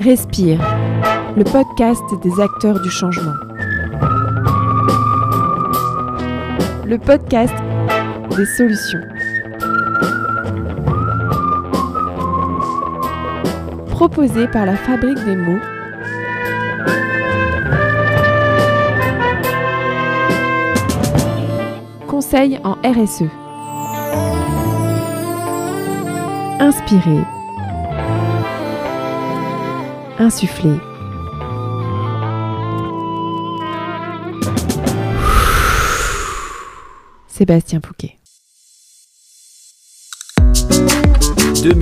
Respire, le podcast des acteurs du changement. Le podcast des solutions. Proposé par la Fabrique des mots. Conseil en RSE. Inspirer. Insuffler. Sébastien Pouquet. De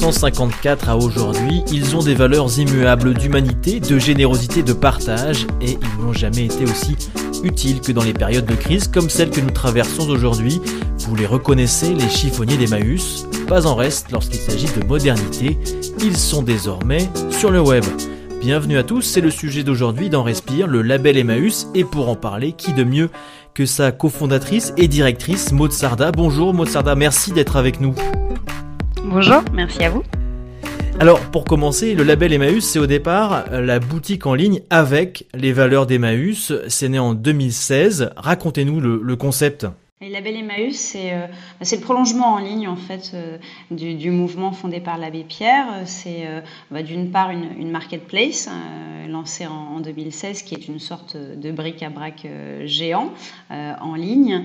1954 à aujourd'hui, ils ont des valeurs immuables d'humanité, de générosité, de partage, et ils n'ont jamais été aussi utiles que dans les périodes de crise comme celle que nous traversons aujourd'hui. Vous les reconnaissez, les chiffonniers d'Emmaüs, pas en reste lorsqu'il s'agit de modernité, ils sont désormais sur le web. Bienvenue à tous, c'est le sujet d'aujourd'hui dans Respire, le label Emmaüs, et pour en parler, qui de mieux que sa cofondatrice et directrice Maud Sarda. Bonjour Maud Sarda, merci d'être avec nous. Bonjour, merci à vous. Alors, pour commencer, le label Emmaüs, c'est au départ la boutique en ligne avec les valeurs d'Emmaüs. C'est né en 2016. Racontez-nous le concept. Le label Emmaüs, c'est le prolongement en ligne en fait du mouvement fondé par l'abbé Pierre. C'est d'une part une marketplace lancée en 2016 qui est une sorte de bric-à-brac géant en ligne.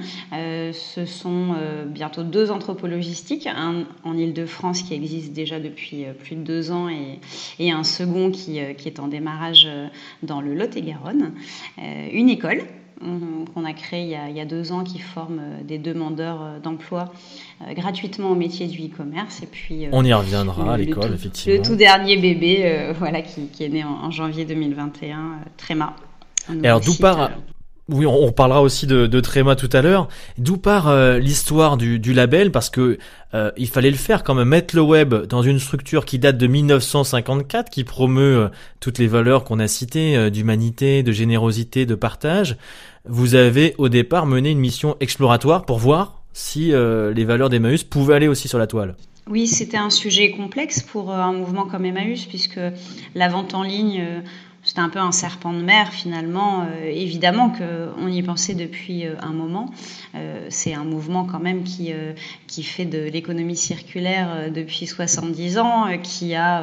Ce sont bientôt 2 entrepôts logistiques, un en Île-de-France qui existe déjà depuis plus de 2 ans et un second qui est en démarrage dans le Lot-et-Garonne. Une école qu'on a créé il y a 2 ans qui forme des demandeurs d'emploi gratuitement au métier du e-commerce. Et puis, on y reviendra à l'école, effectivement. Le tout dernier bébé qui est né en janvier 2021, Tréma. Alors d'où part... Oui, on parlera aussi de Tréma tout à l'heure. D'où part l'histoire du label, parce que il fallait le faire quand même, mettre le web dans une structure qui date de 1954, qui promeut toutes les valeurs qu'on a citées, d'humanité, de générosité, de partage. Vous avez au départ mené une mission exploratoire pour voir si les valeurs d'Emmaüs pouvaient aller aussi sur la toile. Oui, c'était un sujet complexe pour un mouvement comme Emmaüs, puisque la vente en ligne... C'était un peu un serpent de mer finalement. Évidemment qu'on y pensait depuis un moment. C'est un mouvement quand même qui fait de l'économie circulaire depuis 70 ans, qui a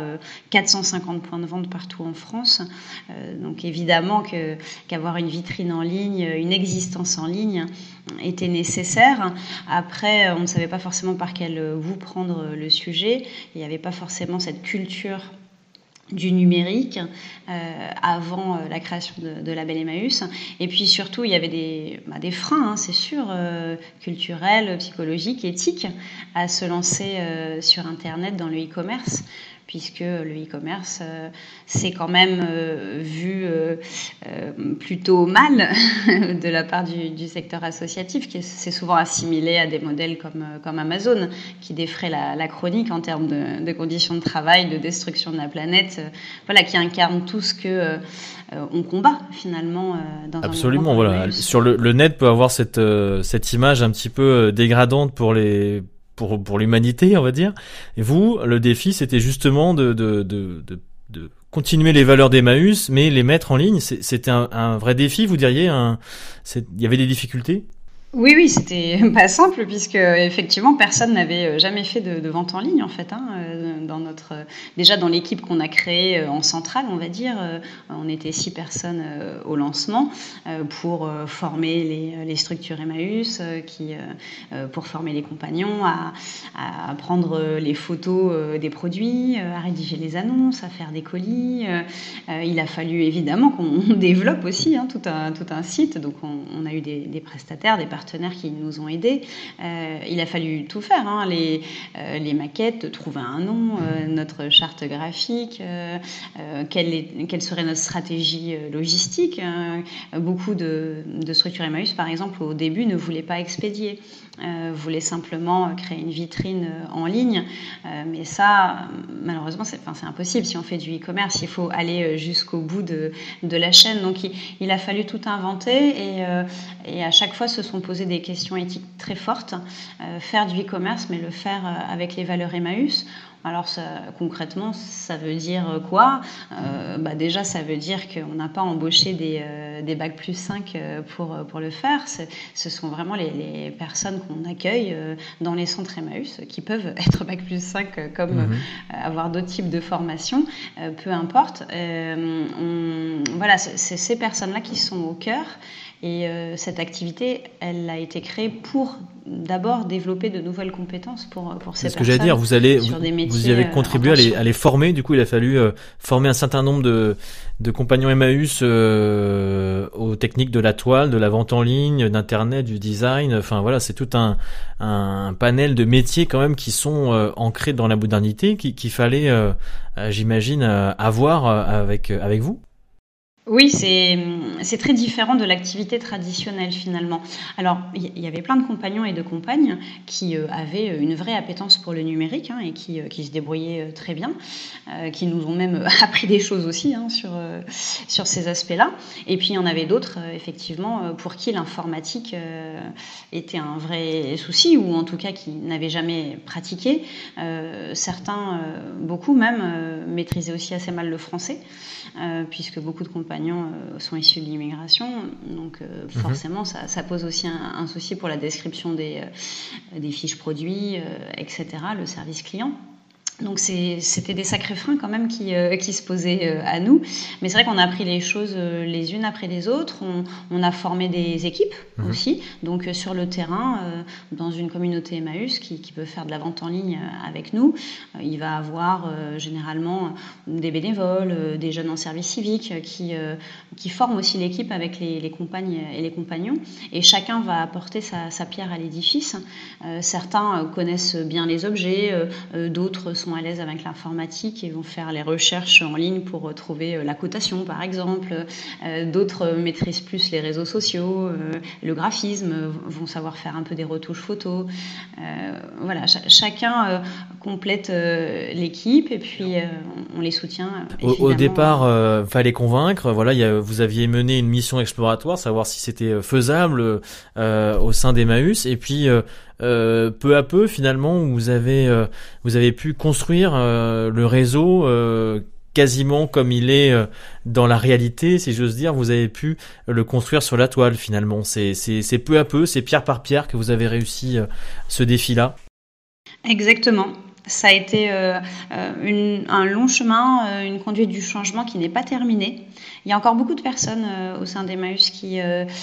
450 points de vente partout en France. Donc évidemment qu'avoir une vitrine en ligne, une existence en ligne était nécessaire. Après, on ne savait pas forcément par quel bout prendre le sujet. Il n'y avait pas forcément cette culture du numérique avant la création de label Emmaüs. Et puis surtout, il y avait des freins, c'est sûr, culturels, psychologiques, éthiques, à se lancer sur Internet dans le e-commerce, puisque le e-commerce, c'est quand même vu plutôt mal de la part du secteur associatif, qui c'est souvent assimilé à des modèles comme Amazon, qui défraient la chronique en termes de conditions de travail, de destruction de la planète, qui incarne tout ce que on combat finalement dans Absolument, un voilà. Sur le net peut avoir cette image un petit peu dégradante pour l'humanité, on va dire. Et vous, le défi, c'était justement de continuer les valeurs d'Emmaüs, mais les mettre en ligne. C'était un vrai défi, vous diriez. Il y avait des difficultés? Oui, c'était pas simple puisque effectivement personne n'avait jamais fait de vente en ligne en fait. Déjà dans l'équipe qu'on a créée en centrale, on va dire, on était 6 personnes au lancement pour former les structures Emmaüs, pour former les compagnons à prendre les photos des produits, à rédiger les annonces, à faire des colis. Il a fallu évidemment qu'on développe aussi tout un site. Donc on a eu des prestataires, des partenaires qui nous ont aidés. Il a fallu tout faire, les maquettes, trouver un nom, notre charte graphique, quelle serait notre stratégie logistique. Beaucoup de structures Emmaüs, par exemple, au début, ne voulaient pas expédier, voulaient simplement créer une vitrine en ligne. Mais ça, malheureusement, c'est impossible. Si on fait du e-commerce, il faut aller jusqu'au bout de la chaîne. Donc, il a fallu tout inventer et à chaque fois se sont posés poser des questions éthiques très fortes, faire du e-commerce, mais le faire avec les valeurs Emmaüs. Alors concrètement, ça veut dire quoi ? Déjà, ça veut dire qu'on n'a pas embauché des bac plus 5 pour le faire. Ce sont vraiment les personnes qu'on accueille dans les centres Emmaüs qui peuvent être bac plus 5 comme avoir d'autres types de formations, peu importe. C'est ces personnes-là qui sont au cœur. Et cette activité, elle a été créée pour d'abord développer de nouvelles compétences pour ces personnes. C'est ce que j'allais dire, vous y avez contribué à les former, du coup il a fallu former un certain nombre de compagnons Emmaüs aux techniques de la toile, de la vente en ligne, d'internet, du design, enfin voilà, c'est tout un panel de métiers quand même qui sont ancrés dans la modernité, qu'il fallait, j'imagine, avoir avec vous. Oui, c'est très différent de l'activité traditionnelle finalement. Alors, il y avait plein de compagnons et de compagnes qui avaient une vraie appétence pour le numérique et qui se débrouillaient très bien, qui nous ont même appris des choses aussi sur ces aspects-là. Et puis, il y en avait d'autres, effectivement, pour qui l'informatique était un vrai souci, ou en tout cas qui n'avaient jamais pratiqué. Certains, beaucoup même, maîtrisaient aussi assez mal le français, puisque beaucoup de compagnons sont issus de l'immigration, donc forcément ça pose aussi un souci pour la description des fiches produits, etc., le service client. Donc c'était des sacrés freins quand même qui se posaient à nous. Mais c'est vrai qu'on a appris les choses les unes après les autres. On a formé des équipes aussi. Donc sur le terrain, dans une communauté Emmaüs qui peut faire de la vente en ligne avec nous, il va avoir généralement des bénévoles, des jeunes en service civique qui forment aussi l'équipe avec les compagnes et les compagnons. Et chacun va apporter sa pierre à l'édifice. Certains connaissent bien les objets, d'autres sont à l'aise avec l'informatique et vont faire les recherches en ligne pour trouver la cotation, par exemple. D'autres maîtrisent plus les réseaux sociaux, le graphisme, vont savoir faire un peu des retouches photos. Voilà, chacun complète l'équipe et puis on les soutient. Au départ, fallait convaincre. Voilà, vous aviez mené une mission exploratoire, savoir si c'était faisable au sein d'Emmaüs. Et puis peu à peu, finalement, vous avez pu construire le réseau quasiment comme il est dans la réalité, si j'ose dire. Vous avez pu le construire sur la toile, finalement. C'est peu à peu, c'est pierre par pierre que vous avez réussi ce défi-là. Exactement. Ça a été un long chemin, une conduite du changement qui n'est pas terminée. Il y a encore beaucoup de personnes au sein d'Emmaüs qui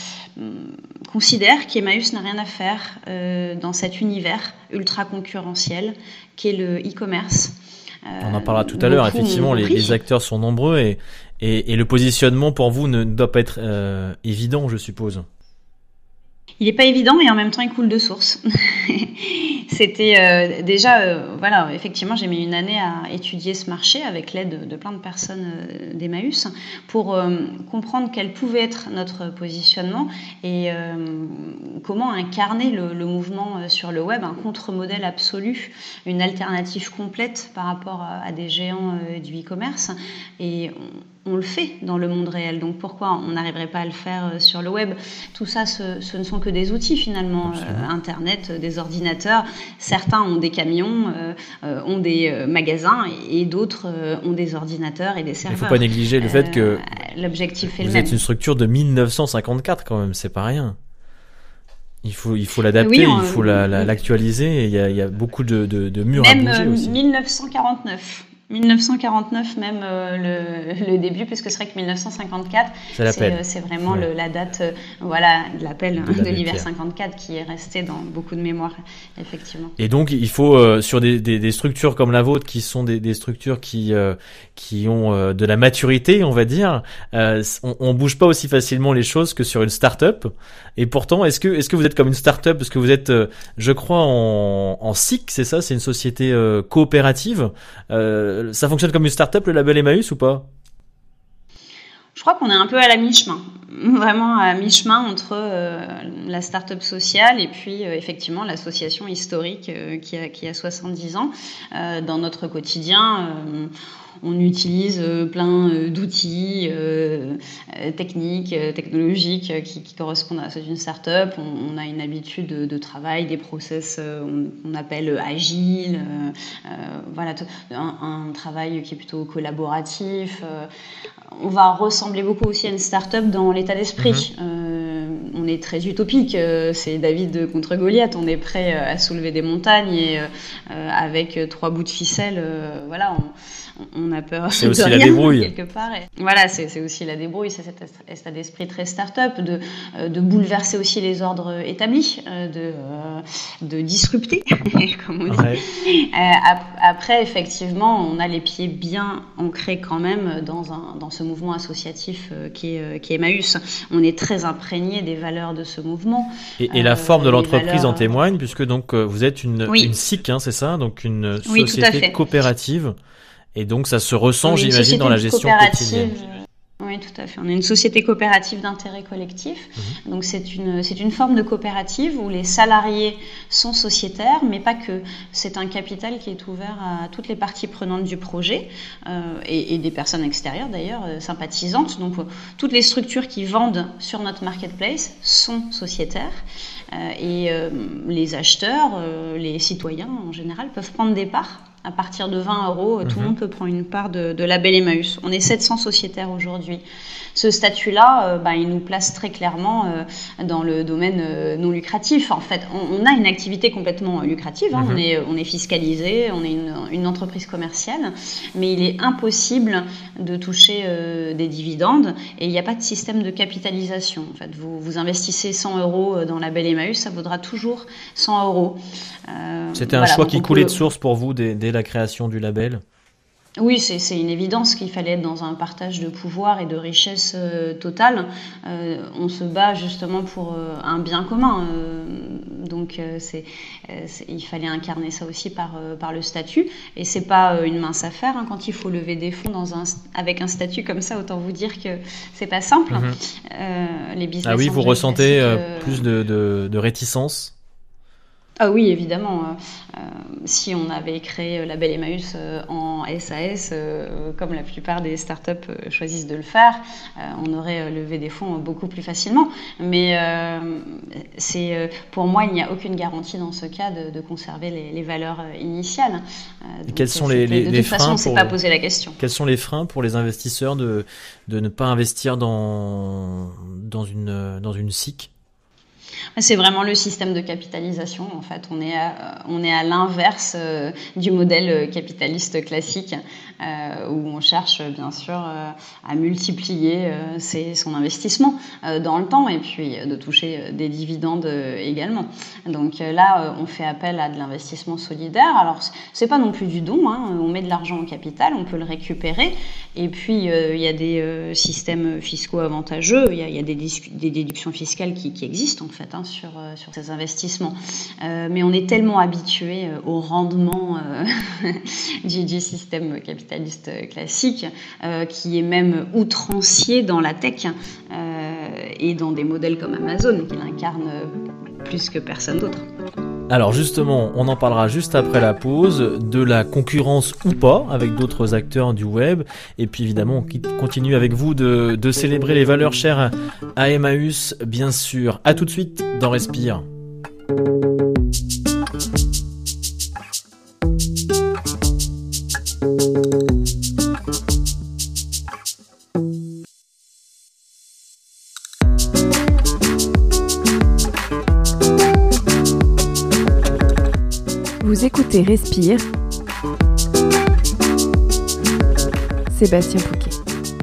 considèrent qu'Emmaüs n'a rien à faire dans cet univers ultra concurrentiel qu'est le e-commerce. On en parlera tout à l'heure. Effectivement, les acteurs sont nombreux et le positionnement pour vous ne doit pas être évident, je suppose. Il n'est pas évident et en même temps il coule de source. C'était voilà, effectivement, j'ai mis une année à étudier ce marché avec l'aide de plein de personnes d'Emmaüs pour comprendre quel pouvait être notre positionnement et comment incarner le mouvement sur le web, un contre-modèle absolu, une alternative complète par rapport à des géants du e-commerce. Et on le fait dans le monde réel, donc pourquoi on n'arriverait pas à le faire sur le web ? Tout ça, ce ne sont que des outils finalement, Internet, des ordinateurs. Certains ont des camions, ont des magasins et d'autres ont des ordinateurs et des serveurs. Il ne faut pas négliger le fait que l'objectif est le vous même. êtes une structure de 1954 quand même, c'est pas rien. Il faut l'adapter, il faut l'actualiser, et il y a beaucoup de murs à bouger aussi. Même 1949 même le début, puisque c'est vrai que 1954 c'est vraiment la date de l'appel de l'hiver 54 qui est resté dans beaucoup de mémoire, effectivement. Et donc il faut sur des structures comme la vôtre, qui sont des structures qui ont de la maturité, on va dire, on bouge pas aussi facilement les choses que sur une start-up. Et pourtant, est-ce que vous êtes comme une start-up, parce que vous êtes je crois en SIC, c'est ça, c'est une société coopérative. Ça fonctionne comme une start-up, le label Emmaüs, ou pas ? Je crois qu'on est un peu à la mi-chemin, vraiment à mi-chemin entre la start-up sociale et puis effectivement l'association historique qui a 70 ans. Dans notre quotidien, on utilise plein d'outils techniques, technologiques qui correspondent à une start-up. On a une habitude de travail, des process on appelle agiles, voilà, un travail qui est plutôt collaboratif. On va ressembler beaucoup aussi à une start-up dans l'état d'esprit. On est très utopique, c'est David contre Goliath, on est prêt à soulever des montagnes et avec 3 bouts de ficelle, voilà, on a peur c'est de aussi rien, la débrouille. quelque part. Et voilà, c'est aussi la débrouille, c'est cet état d'esprit très start-up, de bouleverser aussi les ordres établis, de disrupter, comme on dit. Ouais. Après, effectivement, on a les pieds bien ancrés quand même dans ce mouvement associatif qui est Emmaüs. On est très imprégné des valeurs de ce mouvement. Et la forme de l'entreprise valeurs... en témoigne, puisque donc vous êtes une SIC, hein, c'est ça, donc une société coopérative. Et donc ça se ressent, j'imagine, dans la gestion quotidienne. Oui, tout à fait. On est une société coopérative d'intérêt collectif. Donc c'est une forme de coopérative où les salariés sont sociétaires, mais pas que. C'est un capital qui est ouvert à toutes les parties prenantes du projet et des personnes extérieures d'ailleurs, sympathisantes. Donc toutes les structures qui vendent sur notre marketplace sont sociétaires. Et les acheteurs, les citoyens en général, peuvent prendre des parts. À partir de 20 €, tout le monde peut prendre une part de label Emmaüs. On est 700 sociétaires aujourd'hui. Ce statut-là, il nous place très clairement dans le domaine non lucratif. En fait, on a une activité complètement lucrative. Hein. On est fiscalisé, on est une entreprise commerciale, mais il est impossible de toucher des dividendes et il n'y a pas de système de capitalisation. En fait, vous investissez 100 € dans label Emmaüs, ça vaudra toujours 100 €. C'était un choix qui coulait de source pour vous dès la création du label ? Oui, c'est une évidence qu'il fallait être dans un partage de pouvoir et de richesse totale. On se bat justement pour un bien commun. Donc il fallait incarner ça aussi par le statut. Et c'est pas une mince affaire hein, quand il faut lever des fonds avec un statut comme ça. Autant vous dire que c'est pas simple. Les business ah oui, vous ressentez plus de réticence ? Ah oui, évidemment. Si on avait créé Label Emmaüs en SAS, comme la plupart des startups choisissent de le faire, on aurait levé des fonds beaucoup plus facilement. Mais pour moi, il n'y a aucune garantie dans ce cas de conserver les valeurs initiales. Et quels sont les freins ? De toute façon, on ne s'est pas posé la question. Quels sont les freins pour les investisseurs de ne pas investir dans une SIC ? C'est vraiment le système de capitalisation. En fait, on est à l'inverse du modèle capitaliste classique où on cherche bien sûr à multiplier son investissement dans le temps et puis de toucher des dividendes également. Donc là, on fait appel à de l'investissement solidaire. Alors, c'est pas non plus du don. Hein. On met de l'argent au capital, on peut le récupérer. Et puis, il y a des systèmes fiscaux avantageux. Il y a des déductions fiscales qui existent en fait. Hein, sur ces investissements. Mais on est tellement habitué au rendement du système capitaliste classique qui est même outrancier dans la tech et dans des modèles comme Amazon qui l'incarnent plus que personne d'autre. Alors justement, on en parlera juste après la pause, de la concurrence ou pas avec d'autres acteurs du web. Et puis évidemment, on continue avec vous de célébrer les valeurs chères à Emmaüs, bien sûr. À tout de suite dans Respire. Vous écoutez Respire, Sébastien Pouquet.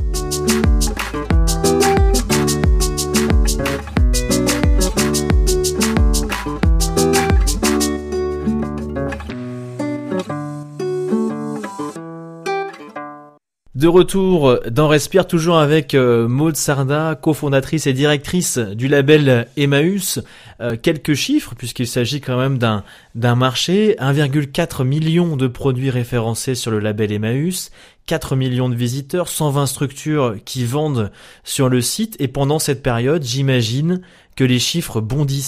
De retour dans Respire, toujours avec Maud Sarda, cofondatrice et directrice du label Emmaüs. Quelques chiffres, puisqu'il s'agit quand même d'un marché. 1,4 million de produits référencés sur le label Emmaüs, 4 millions de visiteurs, 120 structures qui vendent sur le site. Et pendant cette période, j'imagine que les chiffres bondissent.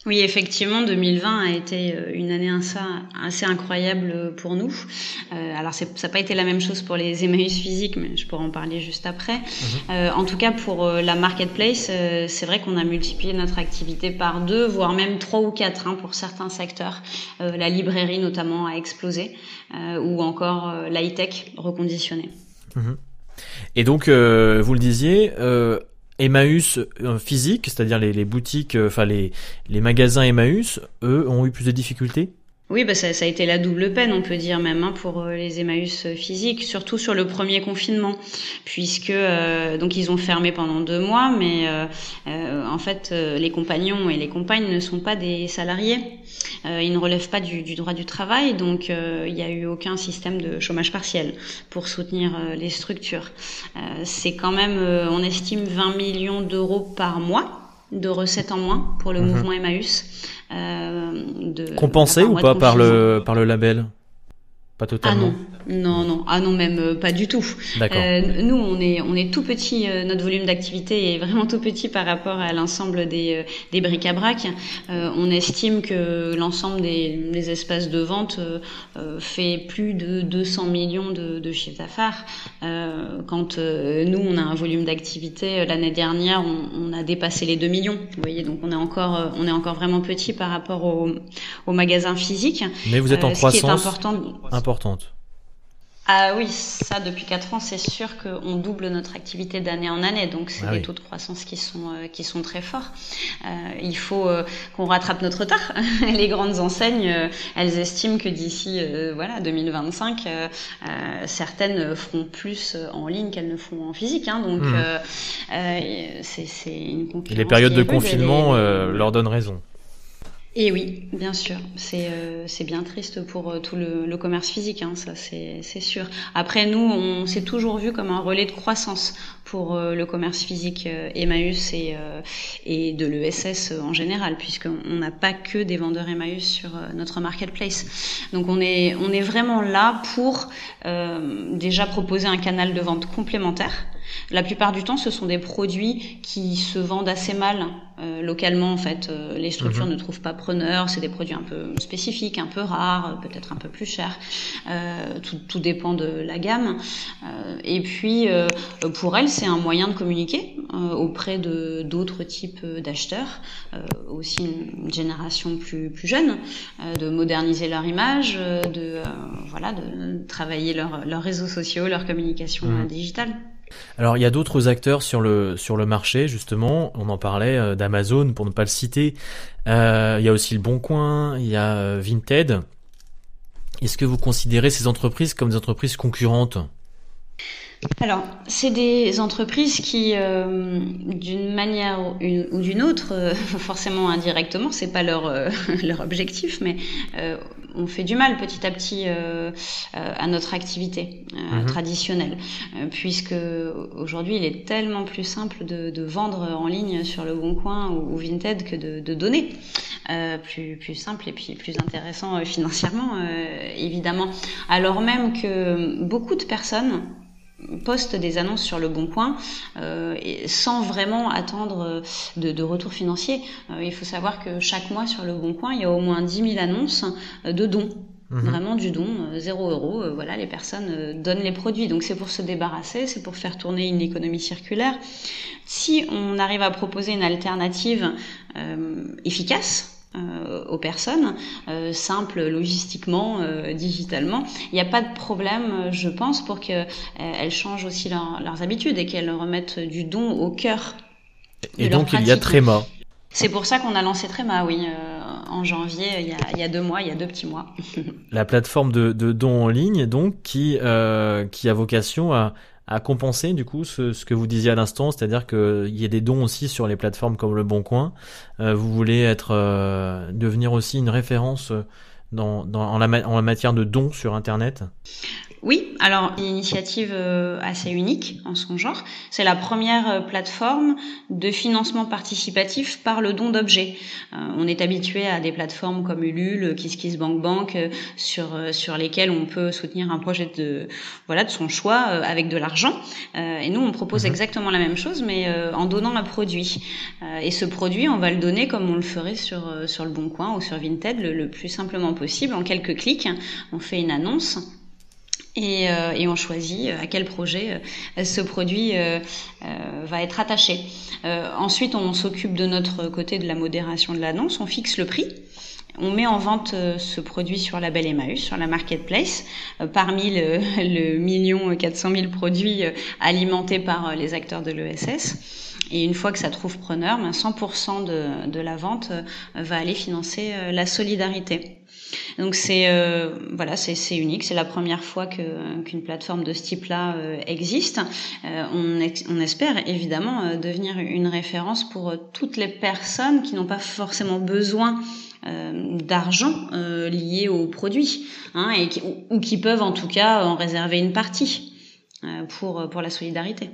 Oui, effectivement, 2020 a été une année assez incroyable pour nous. Alors, ça n'a pas été la même chose pour les Emmaüs physiques, mais je pourrais en parler juste après. En tout cas, pour la marketplace, c'est vrai qu'on a multiplié notre activité par 2, voire même 3 ou 4 pour certains secteurs. La librairie, notamment, a explosé, ou encore l'high-tech reconditionné. Et donc, vous le disiez... Emmaüs physique, c'est-à-dire les boutiques, les magasins Emmaüs, eux, ont eu plus de difficultés ? Oui, ça a été la double peine, on peut dire même, pour les Emmaüs physiques, surtout sur le premier confinement, puisque donc ils ont fermé pendant 2 mois, mais en fait les compagnons et les compagnes ne sont pas des salariés, ils ne relèvent pas du droit du travail, donc il n'y a eu aucun système de chômage partiel pour soutenir les structures. C'est quand même, on estime 20 millions d'euros par mois de recettes en moins pour le mouvement Emmaüs. Compensé ou pas par le label ? Pas totalement. Ah non, même pas du tout. Nous, on est tout petit. Notre volume d'activité est vraiment tout petit par rapport à l'ensemble des bric-à-brac. On estime que l'ensemble des espaces de vente fait plus de 200 millions de chiffre d'affaires. Quand nous, on a un volume d'activité, l'année dernière, on a dépassé les 2 millions. Vous voyez, donc on est encore vraiment petit par rapport aux magasins physiques. Mais vous êtes en croissance importante. Ah oui, ça depuis 4 ans, c'est sûr qu'on double notre activité d'année en année, donc c'est des taux de croissance qui sont très forts. Il faut qu'on rattrape notre retard. Les grandes enseignes, elles estiment que d'ici 2025, certaines feront plus en ligne qu'elles ne font en physique, donc c'est une concurrence. Et les périodes de confinement leur donnent raison. Et oui, bien sûr, c'est bien triste pour tout le commerce physique, ça c'est sûr. Après, nous, on s'est toujours vu comme un relais de croissance pour le commerce physique Emmaüs et de l'ESS en général, puisqu'on n'a pas que des vendeurs Emmaüs sur notre marketplace. Donc on est vraiment là pour déjà proposer un canal de vente complémentaire. La plupart du temps, ce sont des produits qui se vendent assez mal localement. En fait, les structures ne trouvent pas preneurs. C'est des produits un peu spécifiques, un peu rares, peut-être un peu plus chers. Tout dépend de la gamme. Et puis, pour elles, c'est un moyen de communiquer auprès d'autres types d'acheteurs, aussi une génération plus jeune, de moderniser leur image, de travailler leurs réseaux sociaux, leur communication digitale. Alors il y a d'autres acteurs sur le marché, justement, on en parlait d'Amazon pour ne pas le citer, il y a aussi Le Bon Coin, il y a Vinted. Est-ce que vous considérez ces entreprises comme des entreprises concurrentes ? Alors, c'est des entreprises qui, d'une manière ou d'une autre, forcément indirectement, c'est pas leur objectif, mais on fait du mal petit à petit à notre activité traditionnelle, puisque aujourd'hui il est tellement plus simple de vendre en ligne sur Le Bon Coin ou Vinted que de donner. Plus simple et puis plus intéressant financièrement, évidemment. Alors même que beaucoup de personnes postent des annonces sur Le Bon Coin sans vraiment attendre de retour financier. Il faut savoir que chaque mois sur Le Bon Coin, il y a au moins 10 000 annonces de dons. Vraiment du don, 0 €. Les personnes donnent les produits. Donc c'est pour se débarrasser, c'est pour faire tourner une économie circulaire. Si on arrive à proposer une alternative efficace aux personnes, simple logistiquement, digitalement, il n'y a pas de problème, je pense, pour qu'elles changent aussi leurs habitudes et qu'elles remettent du don au cœur de leur pratique. Il y a Tréma. C'est pour ça qu'on a lancé Tréma, oui, en janvier, il y a 2 mois, il y a 2 petits mois. La plateforme de dons en ligne, donc, qui a vocation à compenser du coup ce que vous disiez à l'instant, c'est-à-dire qu'il y ait des dons aussi sur les plateformes comme Le Bon Coin. Vous voulez devenir aussi une référence en la matière de dons sur Internet ? Oui, alors une initiative assez unique en son genre. C'est la première plateforme de financement participatif par le don d'objets. On est habitué à des plateformes comme Ulule, KissKissBankBank, sur lesquelles on peut soutenir un projet de son choix avec de l'argent. Et nous, on propose exactement la même chose, mais en donnant un produit. Et ce produit, on va le donner comme on le ferait sur le Bon Coin ou sur Vinted, le plus simplement possible, en quelques clics. On fait une annonce. Et on choisit à quel projet ce produit va être attaché. Ensuite, on s'occupe de notre côté de la modération de l'annonce, on fixe le prix. On met en vente ce produit sur Label Emmaüs, sur la marketplace, parmi le 1 400 000 produits alimentés par les acteurs de l'ESS. Et une fois que ça trouve preneur, 100% de la vente va aller financer la solidarité. Donc c'est unique, c'est la première fois qu'une plateforme de ce type-là existe. On espère évidemment devenir une référence pour toutes les personnes qui n'ont pas forcément besoin d'argent lié au produit, ou qui peuvent en tout cas en réserver une partie pour la solidarité.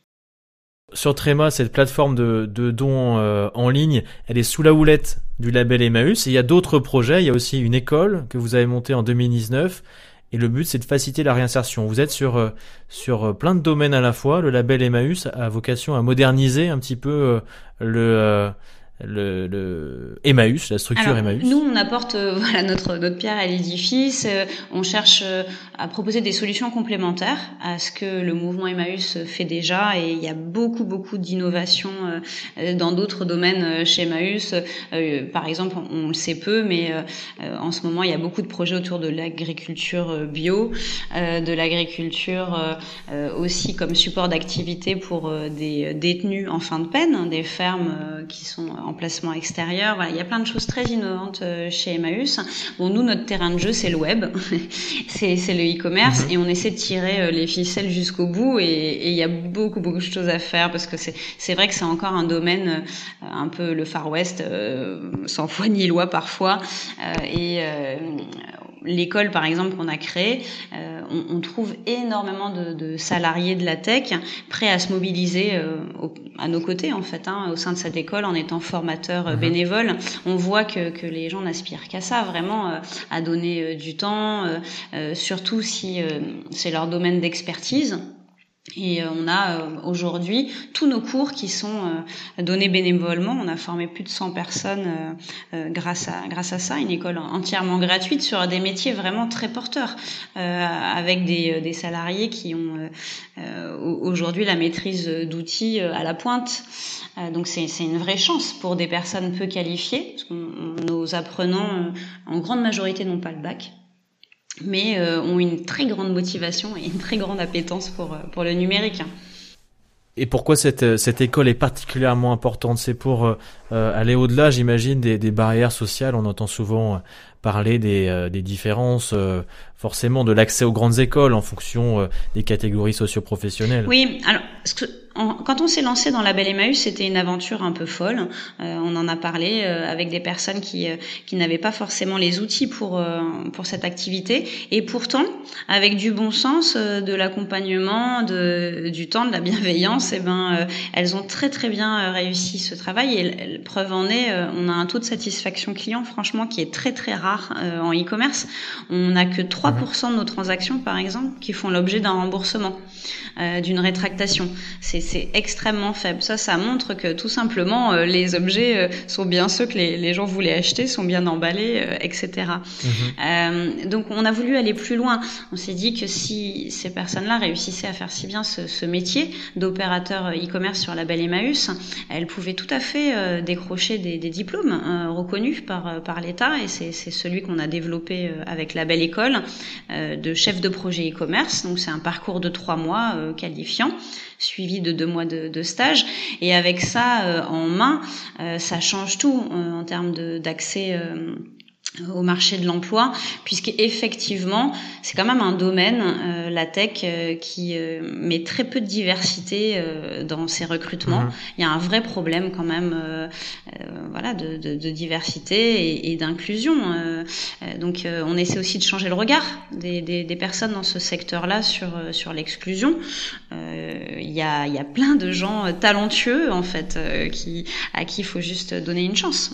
Sur Tréma, cette plateforme de dons en ligne, elle est sous la houlette du label Emmaüs. Et il y a d'autres projets. Il y a aussi une école que vous avez montée en 2019. Et le but, c'est de faciliter la réinsertion. Vous êtes sur plein de domaines à la fois. Le label Emmaüs a vocation à moderniser un petit peu le Emmaüs, la structure Emmaüs. Nous, on apporte notre pierre à l'édifice. On cherche à proposer des solutions complémentaires à ce que le mouvement Emmaüs fait déjà, et il y a beaucoup d'innovations dans d'autres domaines chez Emmaüs. Par exemple, on le sait peu, mais en ce moment, il y a beaucoup de projets autour de l'agriculture bio, de l'agriculture aussi comme support d'activité pour des détenus en fin de peine, des fermes qui sont en placement extérieur. Voilà, il y a plein de choses très innovantes chez Emmaüs. Bon, nous, notre terrain de jeu, c'est le web, c'est le e-commerce, et on essaie de tirer les ficelles jusqu'au bout, et il y a beaucoup de choses à faire, parce que c'est vrai que c'est encore un domaine un peu le Far West, sans foi ni loi parfois, l'école, par exemple, qu'on a créée, on trouve énormément de salariés de la tech prêts à se mobiliser à nos côtés, en fait, au sein de cette école, en étant formateurs bénévoles. On voit que les gens n'aspirent qu'à ça, vraiment, à donner du temps, surtout si c'est leur domaine d'expertise. Et on a aujourd'hui tous nos cours qui sont donnés bénévolement. On a formé plus de 100 personnes grâce à ça, une école entièrement gratuite sur des métiers vraiment très porteurs, avec des salariés qui ont aujourd'hui la maîtrise d'outils à la pointe. Donc c'est une vraie chance pour des personnes peu qualifiées, parce que nos apprenants en grande majorité n'ont pas le bac, mais ont une très grande motivation et une très grande appétence pour le numérique. Et pourquoi cette école est particulièrement importante? C'est pour aller au-delà, j'imagine, des barrières sociales. On entend souvent parler des différences, forcément, de l'accès aux grandes écoles en fonction des catégories socio-professionnelles. Oui, alors quand on s'est lancé dans Label Emmaüs, c'était une aventure un peu folle. On en a parlé avec des personnes qui n'avaient pas forcément les outils pour cette activité, et pourtant, avec du bon sens, de l'accompagnement, du temps, de la bienveillance, elles ont très très bien réussi ce travail. Et preuve en est, on a un taux de satisfaction client, franchement, qui est très très rare en e-commerce. On n'a que 3% de nos transactions, par exemple, qui font l'objet d'un remboursement, d'une rétractation. C'est extrêmement faible. Ça montre que tout simplement les objets sont bien ceux que les gens voulaient acheter, sont bien emballés, etc. Donc on a voulu aller plus loin. On s'est dit que si ces personnes-là réussissaient à faire si bien ce métier d'opérateur e-commerce sur Label Emmaüs, elles pouvaient tout à fait décrocher des diplômes reconnus par l'État, et c'est celui qu'on a développé avec Label École, de chef de projet e-commerce. Donc c'est un parcours de 3 mois qualifiant, suivi de 2 mois de stage. Et avec ça en main, ça change tout en termes d'accès au marché de l'emploi, puisqu'effectivement, c'est quand même un domaine, la tech, qui met très peu de diversité dans ses recrutements. Il y a un vrai problème quand même, voilà, de diversité et d'inclusion. Donc, on essaie aussi de changer le regard des personnes dans ce secteur-là sur l'exclusion. Il y a plein de gens talentueux en fait, à qui il faut juste donner une chance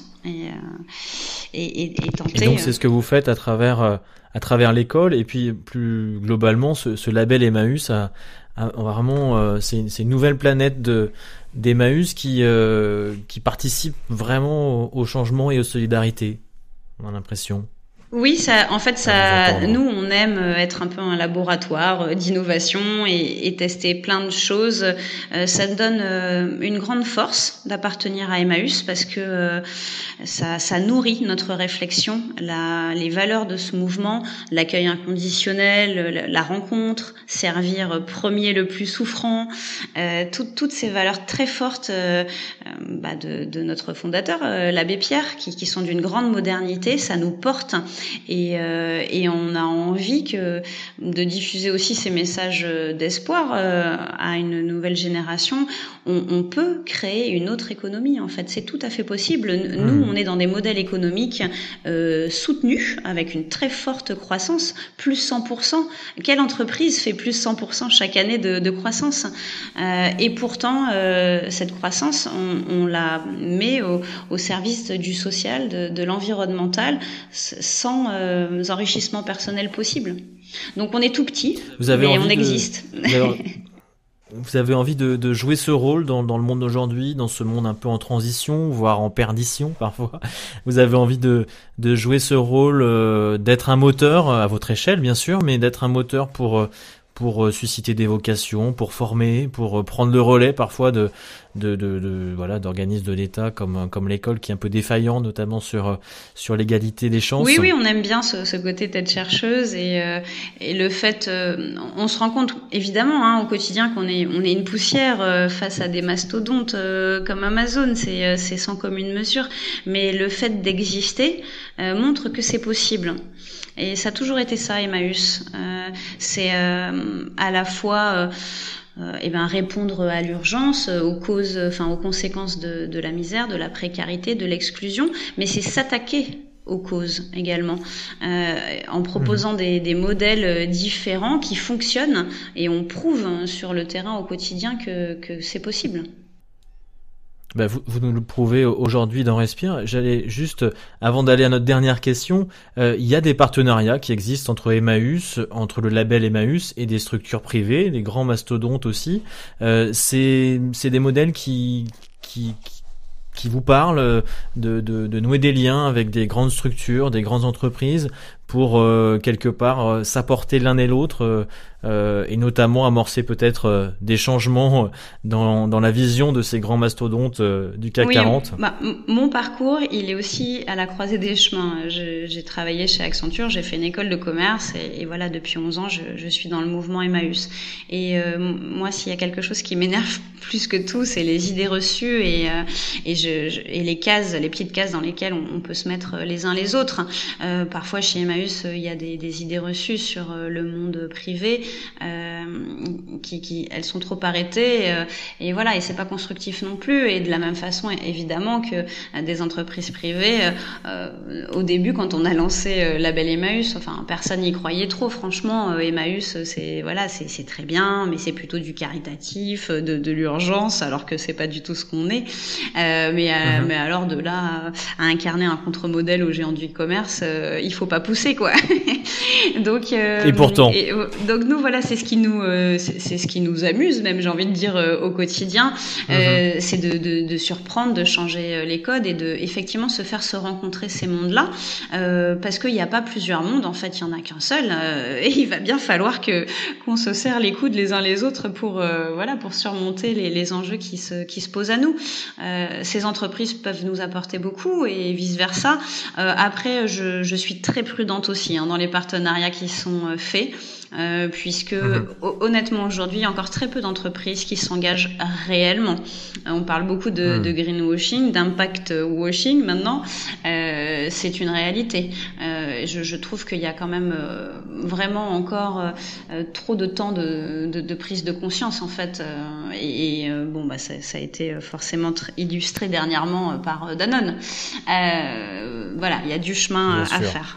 et tenter. Et donc c'est ce que vous faites à travers l'école, et puis plus globalement ce label Emmaüs a vraiment c'est une nouvelle planète d'Emmaüs qui participe vraiment au changement et aux solidarités. On a l'impression. Oui, nous, on aime être un peu un laboratoire d'innovation et tester plein de choses. Ça donne une grande force d'appartenir à Emmaüs parce que ça nourrit notre réflexion, les valeurs de ce mouvement, l'accueil inconditionnel, la rencontre, servir premier le plus souffrant, toutes ces valeurs très fortes de notre fondateur, l'abbé Pierre, qui sont d'une grande modernité. Ça nous porte. Et on a envie de diffuser aussi ces messages d'espoir à une nouvelle génération. On peut créer une autre économie, en fait. C'est tout à fait possible. Nous, on est dans des modèles économiques soutenus, avec une très forte croissance, plus 100%. Quelle entreprise fait plus 100% chaque année de croissance? Et pourtant, cette croissance, on la met au service du social, de l'environnemental, sans enrichissement personnel possible. Donc on est tout petit, mais on existe. Vous avez envie de jouer ce rôle dans le monde d'aujourd'hui, dans ce monde un peu en transition, voire en perdition parfois. Vous avez envie de jouer ce rôle, d'être un moteur à votre échelle bien sûr, mais d'être un moteur pour susciter des vocations, pour former, pour prendre le relais parfois d'organismes de l'État comme l'école qui est un peu défaillant, notamment sur l'égalité des chances. Oui, on aime bien ce côté tête chercheuse et le fait, on se rend compte évidemment au quotidien qu'on est une poussière face à des mastodontes comme Amazon, c'est sans commune mesure, mais le fait d'exister montre que c'est possible. Et ça a toujours été ça, Emmaüs. C'est à la fois répondre à l'urgence, aux conséquences de la misère, de la précarité, de l'exclusion, mais c'est s'attaquer aux causes également, en proposant des modèles différents qui fonctionnent, et on prouve sur le terrain au quotidien que c'est possible. Vous nous le prouvez aujourd'hui dans Respire. J'allais juste, avant d'aller à notre dernière question, il y a des partenariats qui existent entre Emmaüs, entre le label Emmaüs et des structures privées, des grands mastodontes aussi. C'est des modèles qui vous parlent de nouer des liens avec des grandes structures, des grandes entreprises pour quelque part s'apporter l'un et l'autre et notamment amorcer peut-être des changements dans la vision de ces grands mastodontes du CAC 40. Mon parcours, il est aussi à la croisée des chemins. J'ai travaillé chez Accenture, j'ai fait une école de commerce et voilà, depuis 11 ans, je suis dans le mouvement Emmaüs. Et moi, s'il y a quelque chose qui m'énerve plus que tout, c'est les idées reçues et les cases, les petites cases dans lesquelles on peut se mettre les uns les autres. Parfois, chez Emmaüs, il y a des idées reçues sur le monde privé qui elles sont trop arrêtées et voilà, et c'est pas constructif non plus. Et de la même façon, évidemment, que des entreprises privées, au début, quand on a lancé Label Emmaüs, personne n'y croyait trop. Franchement, Emmaüs, c'est très bien, mais c'est plutôt du caritatif, de l'urgence, alors que c'est pas du tout ce qu'on est. Mais alors de là à incarner un contre-modèle aux géants du e-commerce, il faut pas pousser, quoi. Donc et pourtant. Donc nous, voilà, c'est ce qui nous amuse, même, j'ai envie de dire, au quotidien. C'est de surprendre, de changer les codes et de effectivement se faire se rencontrer ces mondes-là, parce qu'il n'y a pas plusieurs mondes, en fait, il y en a qu'un seul, et il va bien falloir qu'on se serre les coudes les uns les autres pour surmonter les enjeux qui se posent à nous. Ces les entreprises peuvent nous apporter beaucoup et vice-versa. Après, je suis très prudente aussi dans les partenariats qui sont faits. Puisque honnêtement aujourd'hui il y a encore très peu d'entreprises qui s'engagent réellement. On parle beaucoup de greenwashing, d'impact washing maintenant, c'est une réalité. Je trouve qu'il y a quand même vraiment encore trop de temps de prise de conscience en fait, ça a été forcément illustré dernièrement par Danone. Voilà, il y a du chemin à faire.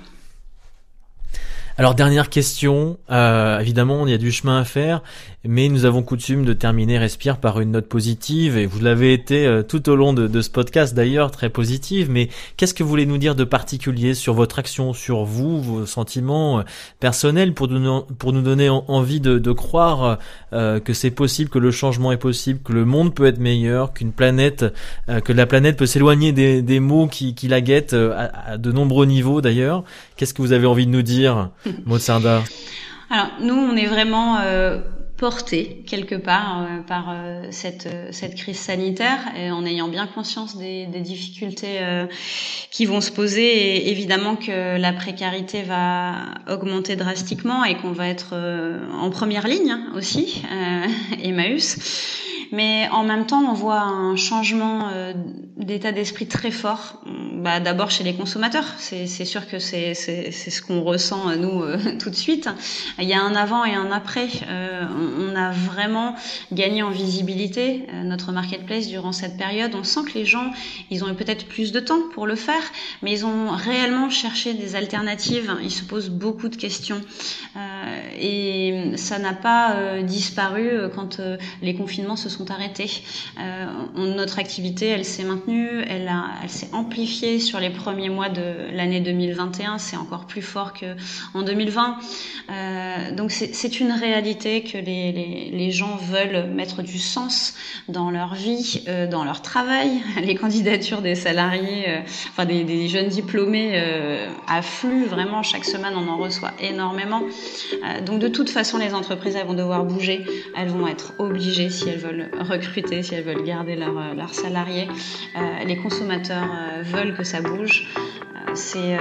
Alors dernière question, évidemment il y a du chemin à faire, mais nous avons coutume de terminer Respire par une note positive, et vous l'avez été tout au long de ce podcast d'ailleurs, très positive, mais qu'est-ce que vous voulez nous dire de particulier sur votre action, sur vous, vos sentiments personnels, pour nous donner envie de croire que c'est possible, que le changement est possible, que le monde peut être meilleur, que la planète peut s'éloigner des maux qui la guettent à de nombreux niveaux d'ailleurs. Qu'est-ce que vous avez envie de nous dire, Maud Sarda? Alors nous, on est vraiment portés quelque part par cette crise sanitaire, et en ayant bien conscience des difficultés qui vont se poser, et évidemment que la précarité va augmenter drastiquement et qu'on va être en première ligne aussi, Emmaüs. Mais en même temps, on voit un changement d'état d'esprit très fort. D'abord chez les consommateurs, c'est sûr que c'est ce qu'on ressent nous tout de suite. Il y a un avant et un après. On a vraiment gagné en visibilité notre marketplace durant cette période. On sent que les gens, ils ont eu peut-être plus de temps pour le faire, mais ils ont réellement cherché des alternatives. Ils se posent beaucoup de questions et ça n'a pas disparu quand les confinements se sont arrêtés. Notre activité, elle s'est maintenue, elle s'est amplifiée sur les premiers mois de l'année 2021. C'est encore plus fort qu'en 2020. Donc c'est une réalité que les gens veulent mettre du sens dans leur vie, dans leur travail. Les candidatures des salariés, des jeunes diplômés affluent vraiment. Chaque semaine, on en reçoit énormément. Donc de toute façon, les entreprises, elles vont devoir bouger. Elles vont être obligées si elles veulent recruter, si elles veulent garder leurs salariés. Les consommateurs veulent que ça bouge. C'est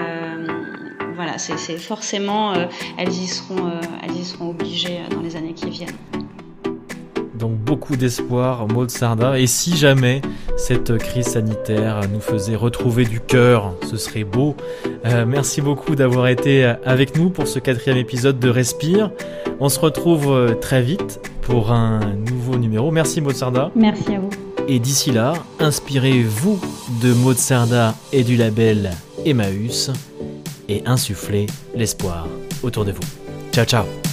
forcément, elles y seront obligées dans les années qui viennent. Donc beaucoup d'espoir, Maud Sarda. Et si jamais cette crise sanitaire nous faisait retrouver du cœur, ce serait beau. Merci beaucoup d'avoir été avec nous pour ce 4e épisode de Respire. On se retrouve très vite pour un nouveau numéro. Merci Maud Sarda. Merci à vous. Et d'ici là, inspirez-vous de Maud Sarda et du label Emmaüs et insufflez l'espoir autour de vous. Ciao ciao.